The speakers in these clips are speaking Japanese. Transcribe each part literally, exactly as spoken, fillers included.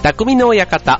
匠の館。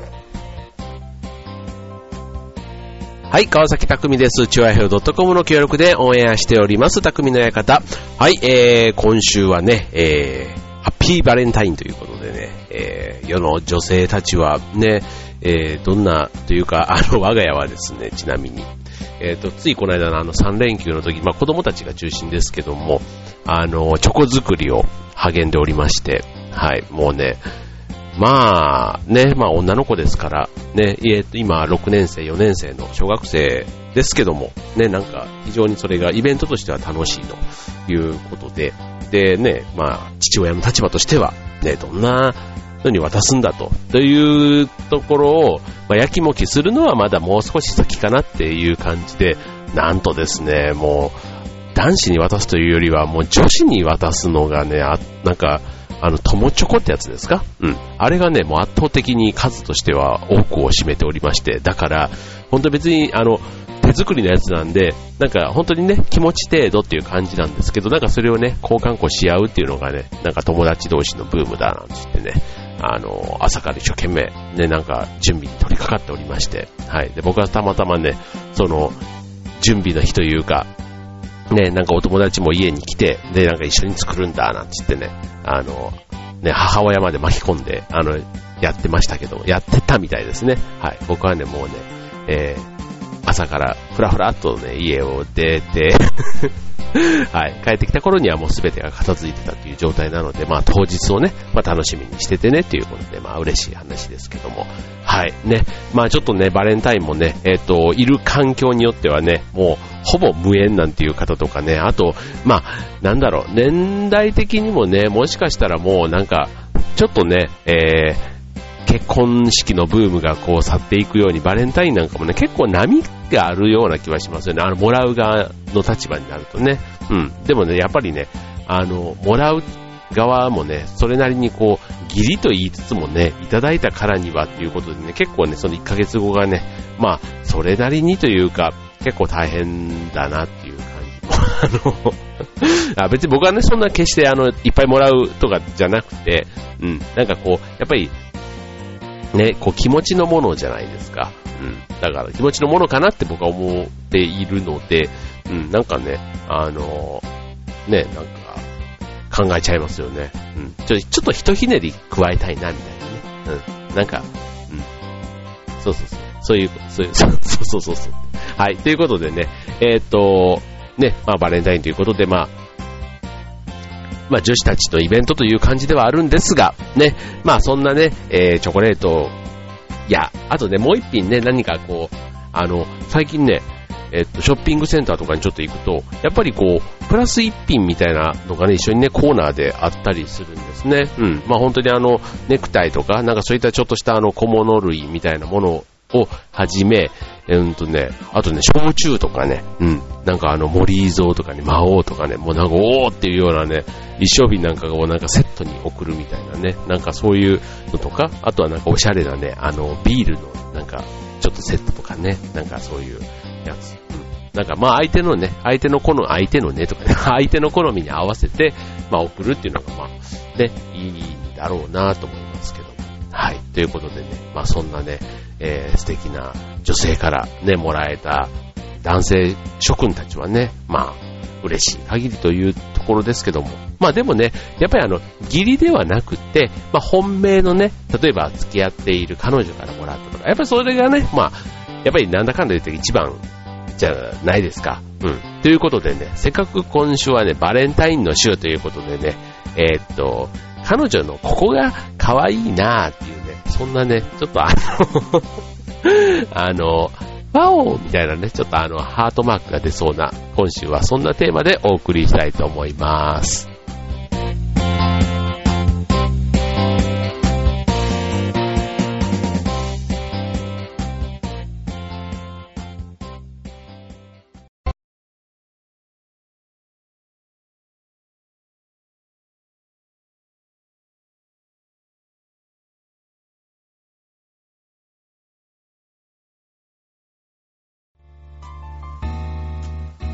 はい、川崎匠です。チュアヘオ .com の協力でオンエアしております、匠の館。はい、えー、今週はね、えー、ハッピーバレンタインということでね、えー、世の女性たちはね、えー、どんなというか、あの、我が家はですね、ちなみに、えーと、ついこの間のあのさん連休の時、まあ子供たちが中心ですけども、あの、チョコ作りを励んでおりまして、はい、もうね、まあね、まあ女の子ですからね、えーと、今ろくねん生、よねん生の小学生ですけども、ね、なんか非常にそれがイベントとしては楽しいということで、でね、まあ父親の立場としては、ね、どんなのに渡すんだと、というところを、まあ、やきもきするのはまだもう少し先かなっていう感じで、なんとですね、もう男子に渡すというよりはもう女子に渡すのがね、あ、なんかあの友チョコってやつですか？うん。あれがね、もう圧倒的に数としては多くを占めておりまして、だから本当別にあの手作りのやつなんで、なんか本当にね、気持ち程度っていう感じなんですけど、なんかそれをね、交換こし合うっていうのがね、なんか友達同士のブームだなんつってね、あの、朝から一生懸命ね、なんか準備に取り掛かっておりまして、はい。で、僕はたまたまね、その、準備の日というか、ね、なんかお友達も家に来て、で、なんか一緒に作るんだなんつってね、あの、ね、母親まで巻き込んで、あの、やってましたけど、やってたみたいですね。はい。僕はね、もうね、えー、朝からふらふらっとね、家を出て、はい、帰ってきた頃にはもうすべてが片付いてたという状態なので、まあ当日をね、まあ楽しみにしててねということで、まあ嬉しい話ですけども、はい、ね、まあちょっとね、バレンタインもね、えっと、いる環境によってはね、もうほぼ無縁なんていう方とかね、あと、まあ、なんだろう、年代的にもね、もしかしたらもうなんか、ちょっとね、えー、結婚式のブームがこう去っていくようにバレンタインなんかもね結構波があるような気はしますよね。あのもらう側の立場になるとね、うん。でもねやっぱりねあのもらう側もねそれなりにこう義理と言いつつもねいただいたからにはっていうことでね結構ねそのいっかげつごがねまあそれなりにというか結構大変だなっていう感じもあのあ別に僕はねそんな決してあのいっぱいもらうとかじゃなくて、うん、なんかこうやっぱりね、こう気持ちのものじゃないですか。うん。だから気持ちのものかなって僕は思っているので、うん、なんかね、あのー、ね、なんか考えちゃいますよね。うん。ちょ、ちょっとひとひねり加えたいな、みたいなね。うん。なんか、うん。そうそうそう。そういう、そういう、そうそうそうそう。はい。ということでね、えーっと、ね、まあバレンタインということで、まあ、まあ女子たちのイベントという感じではあるんですが、ね、まあそんなね、えー、チョコレートや、あとね、もう一品ね、何かこう、あの、最近ね、えっと、ショッピングセンターとかにちょっと行くと、やっぱりこう、プラス一品みたいなのがね、一緒にね、コーナーであったりするんですね。うん。まあ本当にあの、ネクタイとか、なんかそういったちょっとしたあの、小物類みたいなものをはじめ、うんとね、あとね、焼酎とかね、うん、なんかあの、森伊蔵とかね、魔王とかね、もうなんか、おーっていうようなね、一升瓶なんかをなんかセットに送るみたいなね、なんかそういうのとか、あとはなんかおしゃれなね、あの、ビールのなんか、ちょっとセットとかね、なんかそういうやつ。うん、なんかまあ相手のね、相手の好み、相手のねとかね、相手の好みに合わせて、まあ送るっていうのがまあ、ね、いいんだろうなと思いますけど。はい。ということでね、まあそんなね、えー、素敵な女性からね、もらえた男性諸君たちはね、まあ、嬉しい限りというところですけども。まあでもね、やっぱりあの、義理ではなくて、まあ本命のね、例えば付き合っている彼女からもらったとか、やっぱりそれがね、まあ、やっぱりなんだかんだ言って一番じゃないですか。うん。ということでね、せっかく今週はね、バレンタインの週ということでね、えー、っと、彼女のここが可愛いなーっていうね、そんなね、ちょっとあの、あの、ワオみたいなね、ちょっとあの、ハートマークが出そうな、今週はそんなテーマでお送りしたいと思います。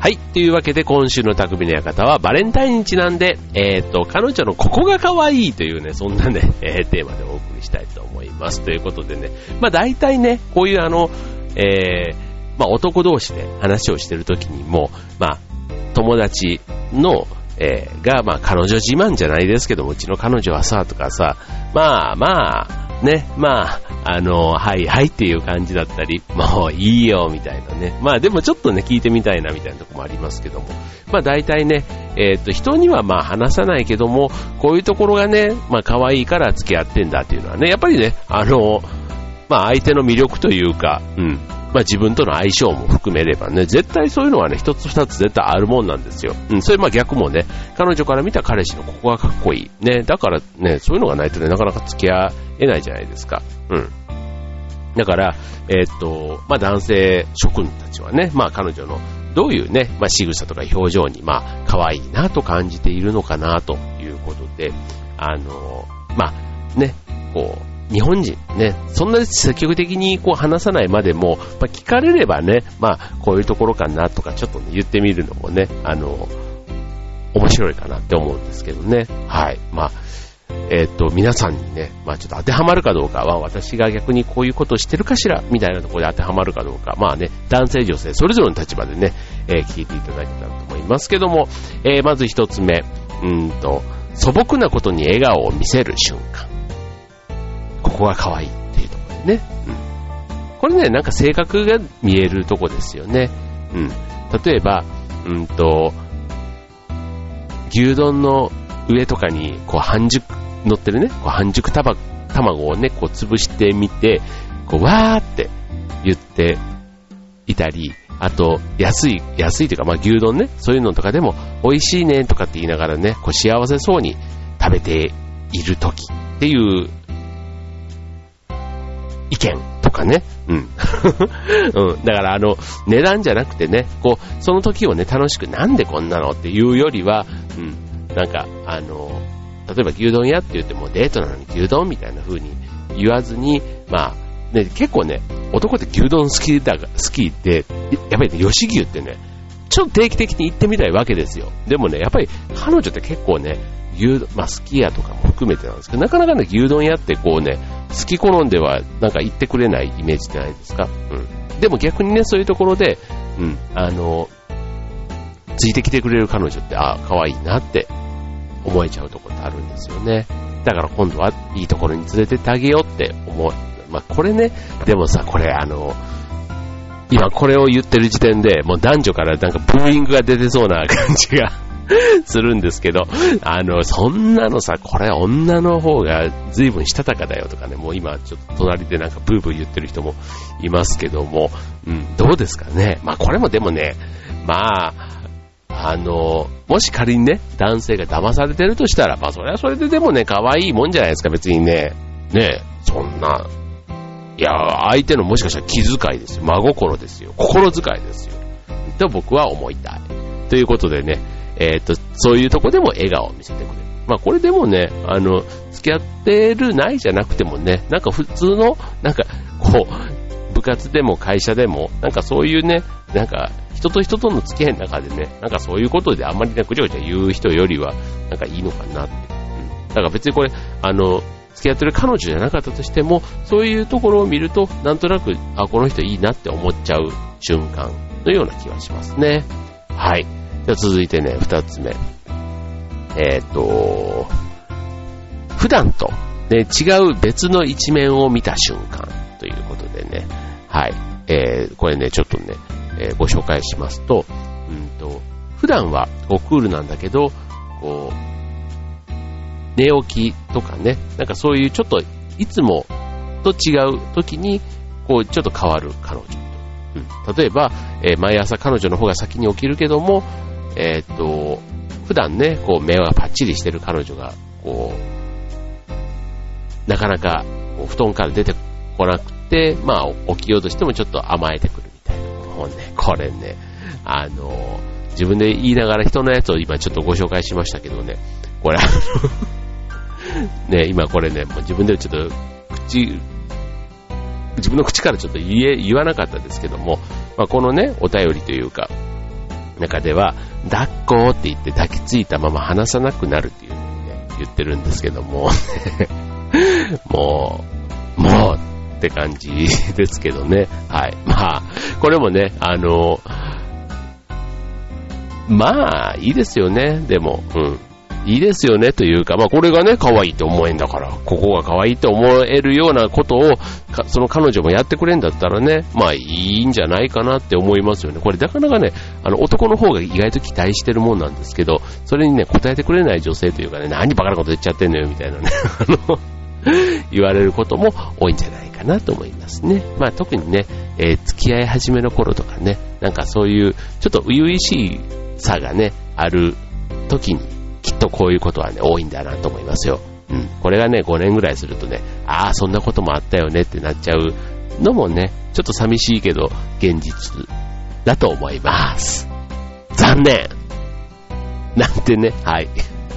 はい。というわけで今週の匠の館はバレンタインにちなんで、えっと、彼女のここが可愛いというね、そんなね、えー、テーマでお送りしたいと思います。ということでね、まあ大体ね、こういうあの、えー、まあ男同士で話をしてるときにも、まあ友達の、えー、が、まあ彼女自慢じゃないですけども、うちの彼女はさ、とかさ、まあまあ、ね、まあ、あの、はいはいっていう感じだったり、もういいよみたいなね。まあでもちょっとね、聞いてみたいなみたいなとこもありますけども。まあ大体ね、えっと、人にはまあ話さないけども、こういうところがね、まあ可愛いから付き合ってんだっていうのはね、やっぱりね、あの、まあ相手の魅力というか、うん。まあ自分との相性も含めればね、絶対そういうのはね、一つ二つ絶対あるもんなんですよ。うん、それまあ逆もね、彼女から見た彼氏のここがかっこいい。ね、だからね、そういうのがないとね、なかなか付き合えないじゃないですか。うん。だから、えー、っと、まあ男性諸君たちはね、まあ彼女のどういうね、まあ仕草とか表情に、まあ可愛いなと感じているのかなということで、あの、まあね、こう、日本人ね、そんなに積極的にこう話さないまでも、まあ、聞かれればね、まあこういうところかなとかちょっと、ね、言ってみるのもね、あの面白いかなって思うんですけどね。はい。まあえっと皆さんにね、まあちょっと当てはまるかどうかは、私が逆にこういうことをしてるかしらみたいなところで当てはまるかどうか、まあね、男性女性それぞれの立場でね、えー、聞いていただけたらと思いますけども、えー、まず一つ目、うんと素朴なことに笑顔を見せる瞬間。ここが可愛いっていうところでね、うん。これね、なんか性格が見えるとこですよね。うん。例えば、うんと、牛丼の上とかに、こう半熟、乗ってるね、こう半熟たば卵をね、こう潰してみて、こう、わーって言っていたり、あと、安い、安いというか、まあ牛丼ね、そういうのとかでも、美味しいねとかって言いながらね、こう幸せそうに食べているときっていう、意見とかね。うん。うん。だからあの、値段じゃなくてね、こう、その時をね、楽しくなんでこんなのっていうよりは、うん。なんか、あの、例えば牛丼屋って言ってもデートなのに牛丼みたいな風に言わずに、まあ、ね、結構ね、男って牛丼好きだが、好きで、やっぱりね、吉牛ってね、ちょっと定期的に行ってみたいわけですよ。でもね、やっぱり彼女って結構ね、牛丼、まあ、すき家とかも含めてなんですけど、なかなかね、牛丼屋ってこうね、好き好んではなんか言ってくれないイメージじゃないですか。うん。でも逆にね、そういうところで、うん、あの、ついてきてくれる彼女って、あ、可愛いなって思えちゃうところってあるんですよね。だから今度はいいところに連れてってあげようって思う。まあ、これね、でもさ、これあの、今これを言ってる時点で、もう男女からなんかブーイングが出てそうな感じがするんですけど、あの、そんなのさ、これ女の方が随分したたかだよとかね、もう今ちょっと隣でなんかブーブー言ってる人もいますけども、うん、どうですかね。まあこれもでもね、まあ、あの、もし仮にね、男性が騙されてるとしたら、まあそれはそれででもね、可愛いもんじゃないですか、別にね。ね、そんな、いや、相手のもしかしたら気遣いですよ。真心ですよ。心遣いですよ。と僕は思いたい。ということでね、えっと、そういうとこでも笑顔を見せてくれる。まあこれでもね、あの、付き合ってるないじゃなくてもね、なんか普通の、なんか、こう、部活でも会社でも、なんかそういうね、なんか、人と人との付き合いの中でね、なんかそういうことであんまりね、ぐちゃぐちゃ言う人よりは、なんかいいのかなって。うん。だから別にこれ、あの、付き合ってる彼女じゃなかったとしても、そういうところを見ると、なんとなく、あ、この人いいなって思っちゃう瞬間のような気はしますね。はい。では続いてね、二つ目。えっと、普段と、ね、違う別の一面を見た瞬間ということでね、はい。えー、これね、ちょっとね、えー、ご紹介しますと、うんと、普段はこうクールなんだけど、こう、寝起きとかね、なんかそういうちょっといつもと違う時に、こうちょっと変わる彼女。うん、例えば、えー、毎朝彼女の方が先に起きるけども、えー、っと、普段ね、こう目がパッチリしてる彼女が、こう、なかなかこう布団から出てこなくて、まあ起きようとしてもちょっと甘えてくるみたいな。もうね、これね、あの、自分で言いながら人のやつを今ちょっとご紹介しましたけどね、これあの、ね、今これね、もう自分でちょっと口、自分の口からちょっと言え、言わなかったですけども、まあ、このね、お便りというか、 中では、抱っこって言って抱きついたまま離さなくなるっていう風にね、言ってるんですけども、もう、もうって感じですけどね。はい。まあ、これもね、あの、まあ、いいですよね。でも、うん。いいですよねというか、まあこれがね、可愛いって思えんだから、ここが可愛いって思えるようなことを、その彼女もやってくれんだったらね、まあいいんじゃないかなって思いますよね。これなかなかね、あの男の方が意外と期待してるもんなんですけど、それにね、答えてくれない女性というかね、何バカなこと言っちゃってんのよみたいなね、あの、言われることも多いんじゃないかなと思いますね。まあ特にね、えー、付き合い始めの頃とかね、なんかそういう、ちょっと初々しいさがね、ある時に、きっとこういうことはね、多いんだなと思いますよ。うん。これがね、ごねんぐらいするとね、ああ、そんなこともあったよねってなっちゃうのもね、ちょっと寂しいけど、現実だと思います。残念なんてね、はい。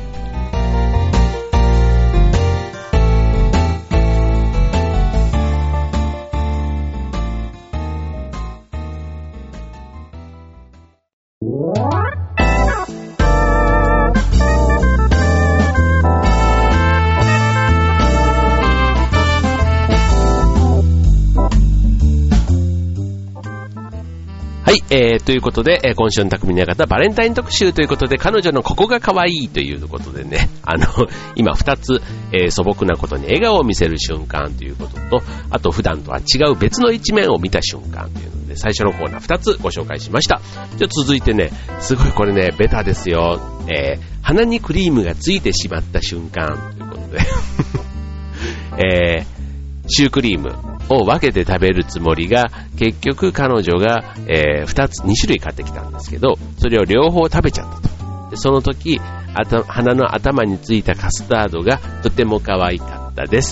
はい、えー、ということで、えー、今週の匠の館バレンタイン特集ということで、彼女のここが可愛いということでね、あの、今二つ、えー、素朴なことに笑顔を見せる瞬間ということと、あと普段とは違う別の一面を見た瞬間というので、最初のコーナー二つご紹介しました。じゃあ続いてね、すごいこれね、ベタですよ。えー、鼻にクリームがついてしまった瞬間ということで、えー、シュークリームを分けて食べるつもりが、結局彼女が、えー、ふたつ、に種類買ってきたんですけど、それを両方食べちゃったと。でその時、あた鼻の頭についたカスタードがとても可愛かったです。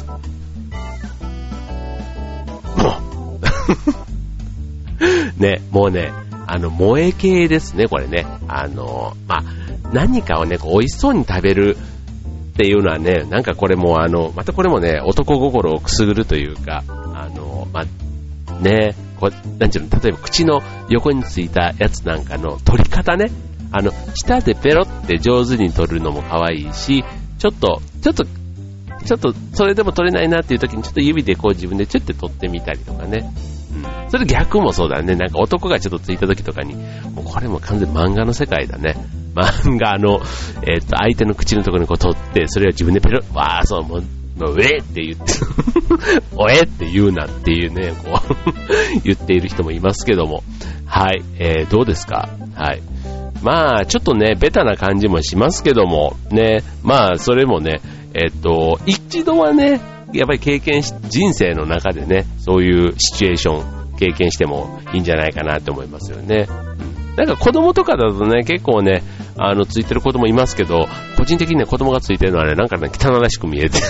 もうね、もうね、あの萌え系ですね、これね。あのまあ、何かをね、こう美味しそうに食べるっていうのはね、なんかこれもあの、またこれもね、男心をくすぐるというか、あの、まあ、ね、こう、なんちゅうの、例えば口の横についたやつなんかの取り方ね、あの、舌でペロって上手に取るのも可愛いし、ちょっと、ちょっと、ちょっと、それでも取れないなっていう時にちょっと指でこう自分でちょっと取ってみたりとかね。うん。それ逆もそうだね。なんか男がちょっとついた時とかに、もうこれも完全漫画の世界だね。漫画の、えっと、相手の口のところにこう取って、それを自分でペロッ、わー、そう、もう、もう、うえって言って、おえって言うなっていうね、こう、言っている人もいますけども。はい、えー、どうですか？はい。まあ、ちょっとね、ベタな感じもしますけども、ね、まあ、それもね、えっと、一度はね、やっぱり経験し、人生の中でね、そういうシチュエーション、経験してもいいんじゃないかなと思いますよね。うん、なんか子供とかだとね、結構ね、あの、ついてる子供いますけど、個人的にね、子供がついてるのはね、なんかね、汚らしく見えて、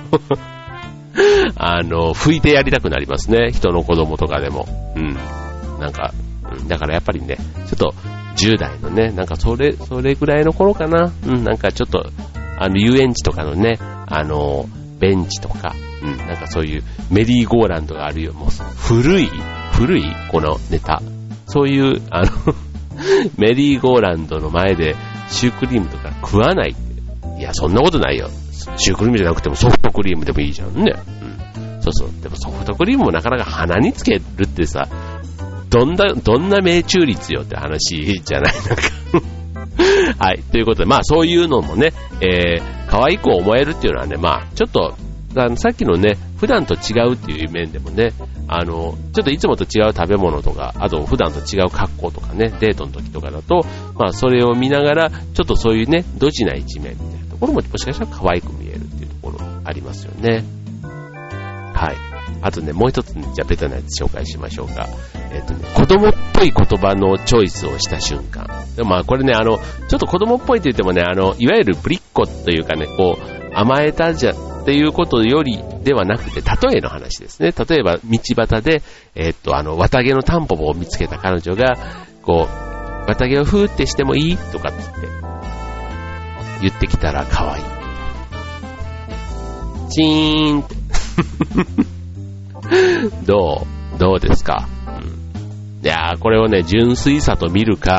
あの、拭いてやりたくなりますね、人の子供とかでも。うん。なんか、うん、だからやっぱりね、ちょっと、じゅう代のね、なんかそれ、それぐらいの頃かな、うん、なんかちょっと、あの、遊園地とかのね、あの、ベンチとか、うん、なんかそういうメリーゴーランドがあるよ、もう古い、古いこのネタ。そういう、あの、メリーゴーランドの前でシュークリームとか食わないって。いや、そんなことないよ。シュークリームじゃなくてもソフトクリームでもいいじゃんね。うん。そうそう。でもソフトクリームもなかなか鼻につけるってさ、どんな、どんな命中率よって話じゃないなんか。はい。ということで、まあそういうのもね、えー、可愛く思えるっていうのはね、まあちょっと、あのさっきのね、普段と違うっていう面でもね、あの、ちょっといつもと違う食べ物とか、あと普段と違う格好とかね、デートの時とかだと、まあそれを見ながら、ちょっとそういうね、ドジな一面みたいなところももしかしたら可愛く見えるっていうところありますよね。はい。あとね、もう一つ、ね、じゃあベタなやつ紹介しましょうか。えっとね、子供っぽい言葉のチョイスをした瞬間。でもまあこれね、あの、ちょっと子供っぽいって言ってもね、あの、いわゆるぶりっ子というかね、こう、甘えたじゃ、っていうことよりではなくて、例えの話ですね。例えば、道端で、えっと、あの、綿毛のタンポポを見つけた彼女が、こう、綿毛をふーってしてもいいとかって言って、言ってきたら可愛い。チーンって。どうどうですか、うん、いやーこれをね純粋さと見るか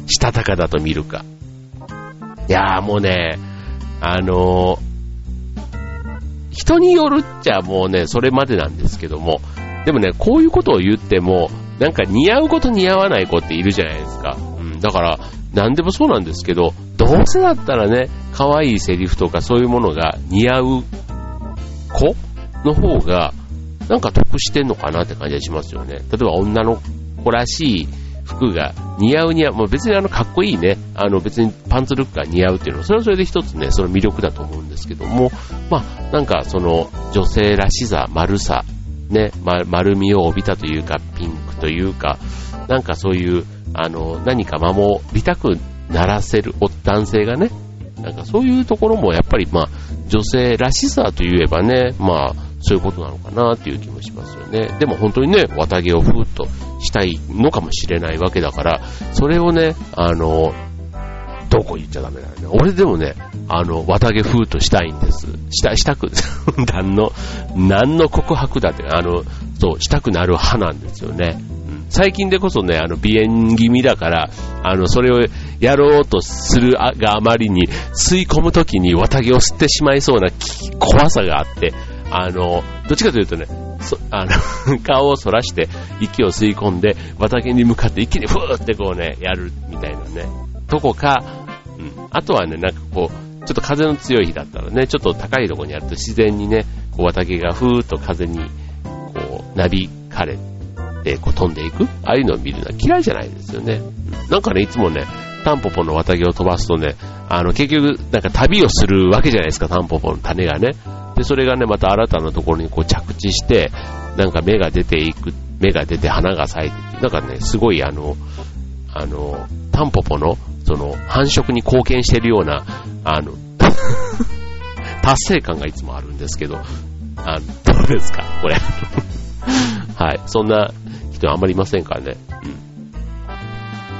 したたかだと見るか。いやーもうね、あのー、人によるっちゃもうね、それまでなんですけども、でもね、こういうことを言っても、なんか似合う子と似合わない子っているじゃないですか。うん、だから、なんでもそうなんですけど、どうせだったらね、可愛いセリフとかそういうものが似合う子の方が、なんか得してんのかなって感じがしますよね。例えば女の子らしい服が似合う似合う、もう別にあのかっこいいね、あの別にパンツルックが似合うっていうのは、それはそれで一つね、その魅力だと思うんですけども、まあなんかその女性らしさ、丸さ、ね、ま、丸みを帯びたというか、ピンクというか、なんかそういう、あの、何か守りたくならせる男性がね、なんかそういうところもやっぱりまあ女性らしさといえばね、まあそういうことなのかなっていう気もしますよね。でも本当にね、綿毛をふーっとしたいのかもしれないわけだから、それをね、あの、どこ言っちゃダメだよね。俺でもね、あの、綿毛ふーっとしたいんです。した、したく、何の、何の告白だって、あの、そう、したくなる派なんですよね。最近でこそね、あの、鼻炎気味だから、あの、それをやろうとするがあまりに、吸い込むときに綿毛を吸ってしまいそうな怖さがあって、あの、どっちかというとね、そあの顔を反らして息を吸い込んで、綿毛に向かって一気にふーってこうね、やるみたいなね、とこか、うん、あとはね、なんかこう、ちょっと風の強い日だったらね、ちょっと高いところにあると自然にね、こう綿毛がふーっと風に、こう、なびかれて、でこう飛んでいく、ああいうのを見るのは嫌いじゃないですよね。なんかね、いつもね、タンポポの綿毛を飛ばすとね、あの結局なんか旅をするわけじゃないですか、タンポポの種がね。でそれがね、また新たなところにこう着地して、なんか芽が出ていく、芽が出て花が咲いてって、なんかね、すごいあのあのタンポポのその繁殖に貢献しているようなあの達成感がいつもあるんですけど、あのどうですかこれはい、そんな人はあんまりいませんからね。うん、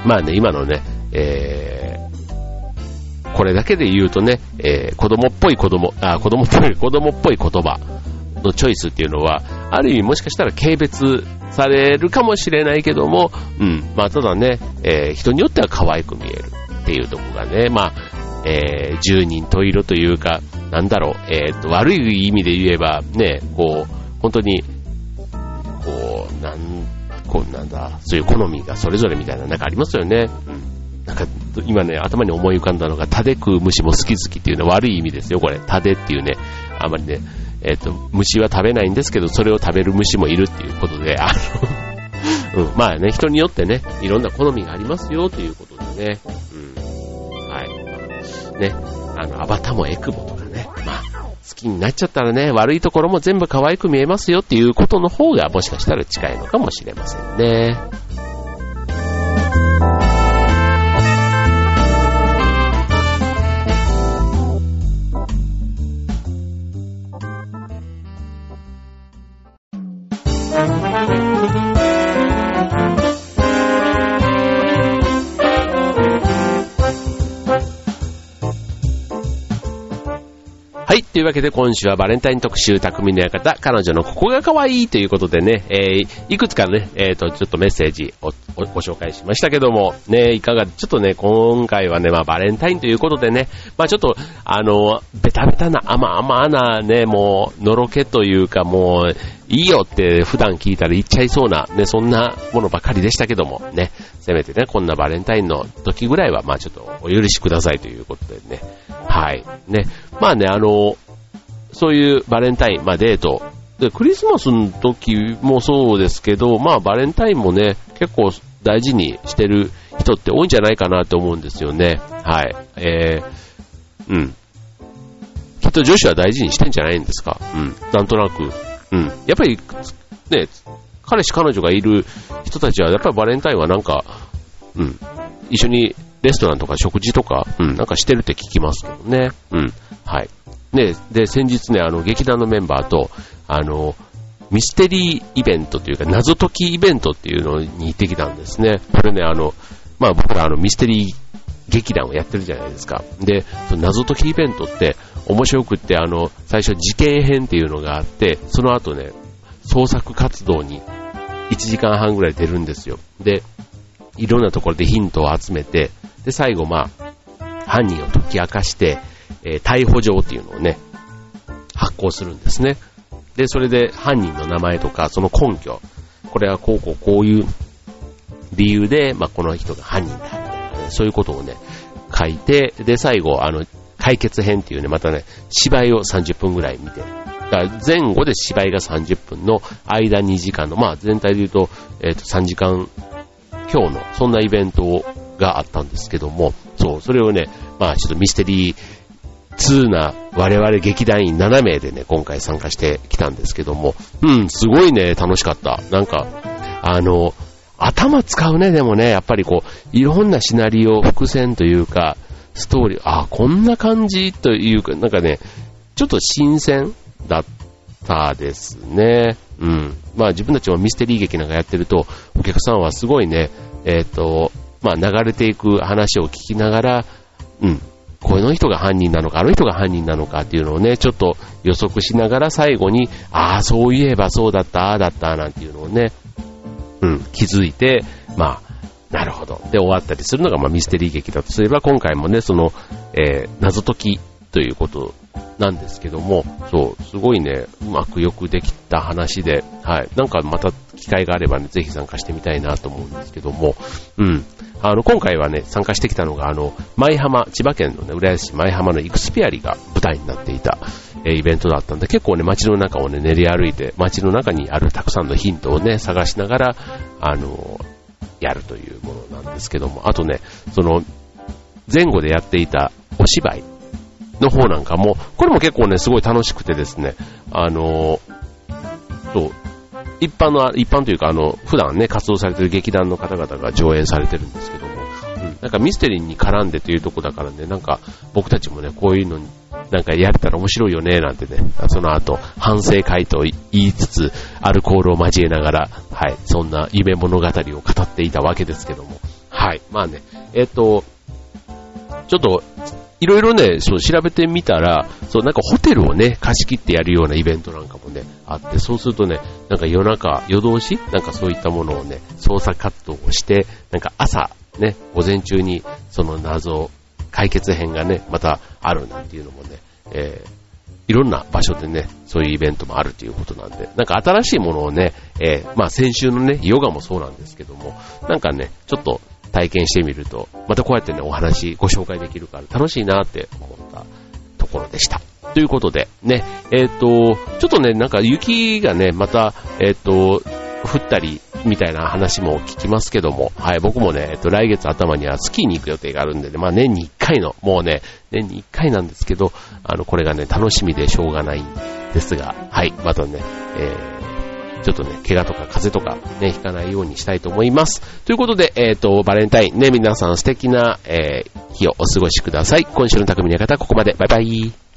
まあね、今のね、えー、これだけで言うとね、えー、子供っぽい子供、あ、子供っぽい子供っぽい言葉のチョイスっていうのは、ある意味もしかしたら軽蔑されるかもしれないけども、うん、まあただね、えー、人によっては可愛く見えるっていうところがね、まあ、えー、十人十色というか、なんだろう、えーと、悪い意味で言えばね、こう本当にこう、なん、こうなんだ、そういう好みがそれぞれみたいな、なんかありますよね。うん。なんか、今ね、頭に思い浮かんだのが、タデ食う虫も好き好きっていうのは悪い意味ですよ、これ。タデっていうね、あまりね、えっと、虫は食べないんですけど、それを食べる虫もいるっていうことで、あの、うん、まあね、人によってね、いろんな好みがありますよということでね、うん。はい。まあ、ね、あの、アバタもエクボとかね、まあ、好きになっちゃったらね、悪いところも全部可愛く見えますよっていうことの方がもしかしたら近いのかもしれませんね。はい。というわけで今週はバレンタイン特集、匠の館、彼女のここが可愛いということでね、えー、いくつかね、えっと、ちょっとメッセージをご紹介しましたけども、ね、いかが、ちょっとね、今回はね、まあバレンタインということでね、まあちょっと、あの、ベタベタな、甘々なね、もう、のろけというかもう、いいよって普段聞いたら言っちゃいそうな、ね、そんなものばかりでしたけども、ね、せめてね、こんなバレンタインの時ぐらいは、まあちょっとお許しくださいということでね、はい。ね。まあね、あの、そういうバレンタイン、まあデート。で、クリスマスの時もそうですけど、まあバレンタインもね、結構大事にしてる人って多いんじゃないかなと思うんですよね。はい。えー、うん。きっと女子は大事にしてんじゃないんですか。うん。なんとなく。うん。やっぱり、ね、彼氏彼女がいる人たちは、やっぱりバレンタインはなんか、うん。一緒にレストランとか食事とか、うん、なんかしてるって聞きますけどね。うん。はい。ね、で、先日ね、あの、劇団のメンバーと、あの、ミステリーイベントというか、謎解きイベントっていうのに行ってきたんですね。これね、あの、まあ僕らあの、ミステリー劇団をやってるじゃないですか。で、その謎解きイベントって面白くって、あの、最初事件編っていうのがあって、その後ね、創作活動にいちじかんはんぐらい出るんですよ。で、 いろんなところでヒントを集めて、で、最後まあ、犯人を解き明かして、えー、逮捕状っていうのをね、発行するんですね。で、それで犯人の名前とか、その根拠、これはこうこうこういう理由で、まあ、この人が犯人だ、ね、そういうことをね、書いて、で、最後、あの、解決編っていうね、またね、芝居をさんじゅっぷんぐらい見て、だから前後で芝居がさんじゅっぷんの間にじかんの、まあ、全体で言うと、えっと、さんじかん強の、そんなイベントがあったんですけども、そう、それをね、まあ、ちょっとミステリー、通な我々劇団員ななめいでね、今回参加してきたんですけども、うん、すごいね、楽しかった。なんか、あの、頭使うね、でもね、やっぱりこう、いろんなシナリオ、伏線というか、ストーリー、あ、こんな感じというか、なんかね、ちょっと新鮮だったですね。うん。まあ自分たちもミステリー劇なんかやってると、お客さんはすごいね、えっと、まあ流れていく話を聞きながら、うん。この人が犯人なのか、あの人が犯人なのかっていうのをね、ちょっと予測しながら最後に、ああ、そういえばそうだった、ああだった、なんていうのをね、うん、気づいて、まあ、なるほど。で、終わったりするのが、まあ、ミステリー劇だとすれば、今回もね、その、えー、謎解きということなんですけども、そう、すごいね、うまくよくできた話で、はい。なんかまた機会があればね、ぜひ参加してみたいなと思うんですけども、うん。あの、今回はね、参加してきたのが、あの、舞浜、千葉県のね、浦安市舞浜のイクスピアリが舞台になっていた、えー、イベントだったんで、結構ね、街の中をね、練り歩いて、街の中にあるたくさんのヒントをね、探しながら、あの、やるというものなんですけども、あとね、その、前後でやっていたお芝居の方なんかも、これも結構ね、すごい楽しくてですね、あの、そう、一般の、一般というか、あの、普段ね、活動されている劇団の方々が上演されてるんですけども、うん、なんかミステリーに絡んでというとこだからね、なんか僕たちもね、こういうのに、なんかやれたら面白いよね、なんてね、その後、反省会と言いつつ、アルコールを交えながら、はい、そんな夢物語を語っていたわけですけども、はい、まあね、えっと、ちょっと、いろいろね、そう調べてみたら、そうなんかホテルをね、貸し切ってやるようなイベントなんかもね、あって、そうするとね、なんか夜中、夜通し、なんかそういったものをね、捜査活動をして、なんか朝、ね、午前中にその謎、解決編がね、またあるなんていうのもね、えー、いろんな場所でね、そういうイベントもあるということなんで、なんか新しいものをね、えー、まあ先週のね、ヨガもそうなんですけども、なんかね、ちょっと体験してみると、またこうやってね、お話ご紹介できるから楽しいなって思ったところでした。ということで、ね、えっと、ちょっとね、なんか雪がね、また、えっと、降ったり、みたいな話も聞きますけども、はい、僕もね、えっと、来月頭にはスキーに行く予定があるんでね、まあ年にいっかいの、もうね、年にいっかいなんですけど、あの、これがね、楽しみでしょうがないんですが、はい、またね、えー、ちょっとね、怪我とか風邪とかね、ひかないようにしたいと思います。ということで、えっと、バレンタインね、皆さん素敵な、えー、日をお過ごしください。今週の匠の館、ここまで。バイバイ。